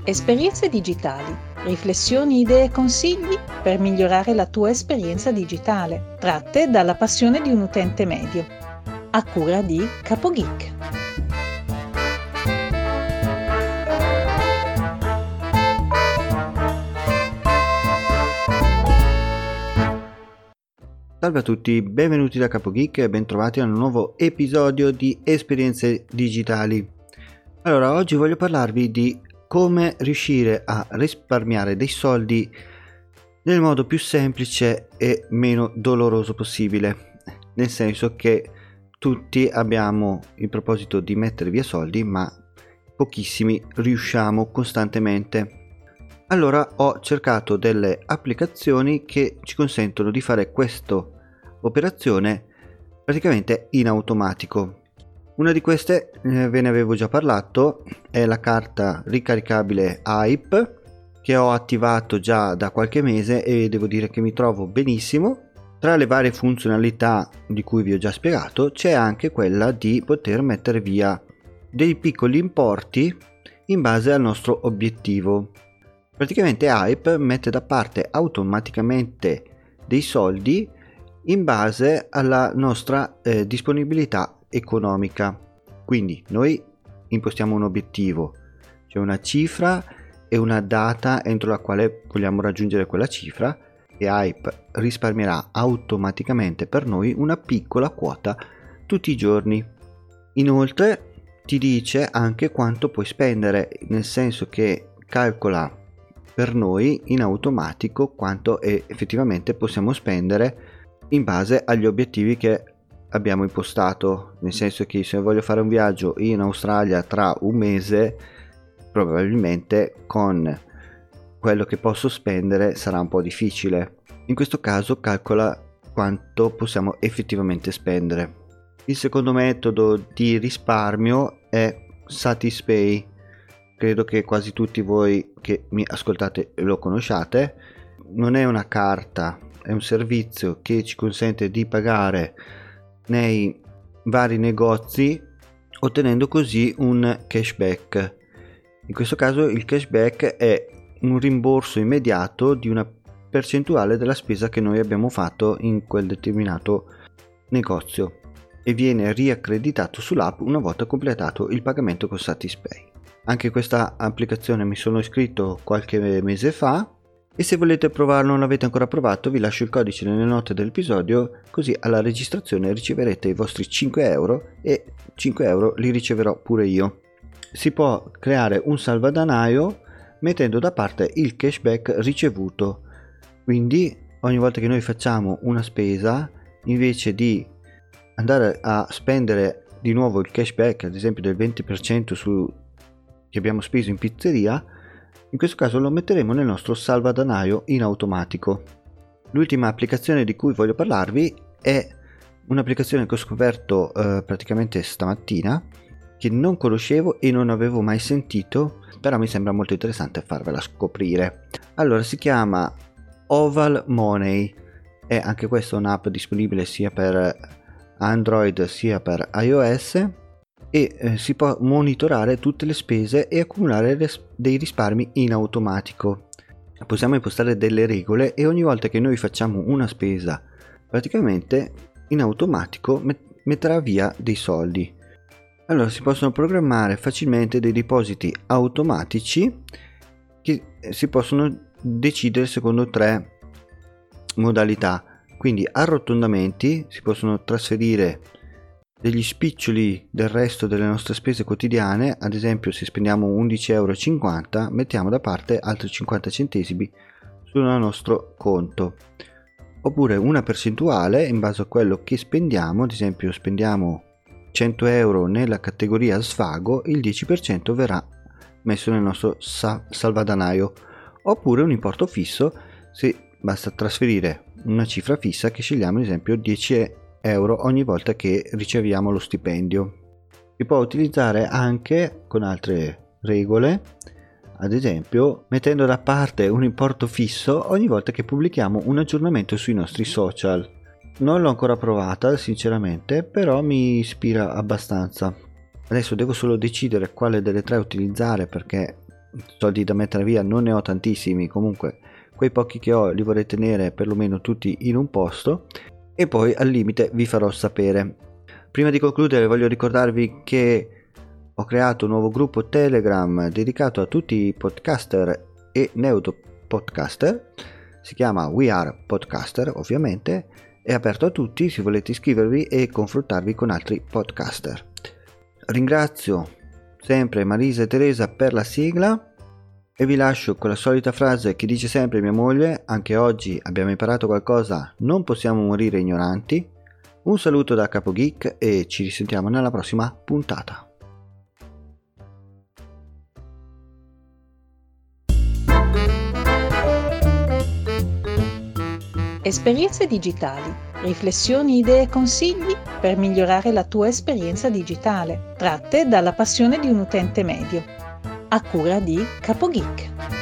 Esperienze digitali, riflessioni, idee e consigli per migliorare la tua esperienza digitale, tratte dalla passione di un utente medio, a cura di CapoGeek. Salve a tutti, benvenuti da CapoGeek e bentrovati a un nuovo episodio di Esperienze digitali. Allora, oggi voglio parlarvi di come riuscire a risparmiare dei soldi nel modo più semplice e meno doloroso possibile, nel senso che tutti abbiamo il proposito di mettere via soldi, ma pochissimi riusciamo costantemente. Allora ho cercato delle applicazioni che ci consentono di fare questa operazione praticamente in automatico. Una di queste ve ne avevo già parlato, è la carta ricaricabile Hype, che ho attivato già da qualche mese e devo dire che mi trovo benissimo. Tra le varie funzionalità di cui vi ho già spiegato c'è anche quella di poter mettere via dei piccoli importi in base al nostro obiettivo. Praticamente Hype mette da parte automaticamente dei soldi in base alla nostra disponibilità economica. Quindi noi impostiamo un obiettivo, c'è una cifra e una data entro la quale vogliamo raggiungere quella cifra, e Hype risparmierà automaticamente per noi una piccola quota tutti i giorni. Inoltre ti dice anche quanto puoi spendere, nel senso che calcola per noi in automatico quanto effettivamente possiamo spendere in base agli obiettivi che abbiamo impostato, nel senso che se voglio fare un viaggio in Australia tra un mese, probabilmente con quello che posso spendere sarà un po' difficile. In questo caso calcola quanto possiamo effettivamente spendere. Il secondo metodo di risparmio è Satispay. Credo che quasi tutti voi che mi ascoltate lo conosciate. Non è una carta, è un servizio che ci consente di pagare nei vari negozi, ottenendo così un cashback. In questo caso il cashback è un rimborso immediato di una percentuale della spesa che noi abbiamo fatto in quel determinato negozio e viene riaccreditato sull'app una volta completato il pagamento con Satispay. Anche questa applicazione mi sono iscritto qualche mese fa e se volete provarlo, non l'avete ancora provato, vi lascio il codice nelle note dell'episodio, così alla registrazione riceverete i vostri 5 euro e 5 euro li riceverò pure io. Si può creare un salvadanaio mettendo da parte il cashback ricevuto, quindi ogni volta che noi facciamo una spesa, invece di andare a spendere di nuovo il cashback, ad esempio del 20% che abbiamo speso in pizzeria, in questo caso lo metteremo nel nostro salvadanaio in automatico. L'ultima applicazione di cui voglio parlarvi è un'applicazione che ho scoperto praticamente stamattina, che non conoscevo e non avevo mai sentito, però mi sembra molto interessante farvela scoprire. Allora, si chiama Oval Money, e anche questa è un'app disponibile sia per Android sia per iOS, e si può monitorare tutte le spese e accumulare dei risparmi in automatico. Possiamo impostare delle regole e ogni volta che noi facciamo una spesa, praticamente in automatico metterà via dei soldi. Allora si possono programmare facilmente dei depositi automatici che si possono decidere secondo 3 modalità. Quindi arrotondamenti, si possono trasferire degli spiccioli del resto delle nostre spese quotidiane, ad esempio se spendiamo 11,50 euro mettiamo da parte altri 50 centesimi sul nostro conto, oppure una percentuale in base a quello che spendiamo, ad esempio spendiamo 100 euro nella categoria svago, il 10% verrà messo nel nostro salvadanaio, oppure un importo fisso, se basta trasferire una cifra fissa che scegliamo, ad esempio 10 euro ogni volta che riceviamo lo stipendio. Si può utilizzare anche con altre regole, ad esempio mettendo da parte un importo fisso ogni volta che pubblichiamo un aggiornamento sui nostri social. Non l'ho ancora provata sinceramente, però mi ispira abbastanza. Adesso devo solo decidere quale delle tre utilizzare, perché soldi da mettere via non ne ho tantissimi, comunque quei pochi che ho li vorrei tenere perlomeno tutti in un posto e poi al limite vi farò sapere. Prima di concludere voglio ricordarvi che ho creato un nuovo gruppo Telegram dedicato a tutti i podcaster e neopodcaster, si chiama We Are Podcaster, ovviamente, è aperto a tutti se volete iscrivervi e confrontarvi con altri podcaster. Ringrazio sempre Marisa e Teresa per la sigla e vi lascio con la solita frase che dice sempre mia moglie: anche oggi abbiamo imparato qualcosa, non possiamo morire ignoranti. Un saluto da Capo Geek e ci risentiamo nella prossima puntata. Esperienze digitali, riflessioni, idee e consigli per migliorare la tua esperienza digitale, tratte dalla passione di un utente medio, a cura di Capo Geek.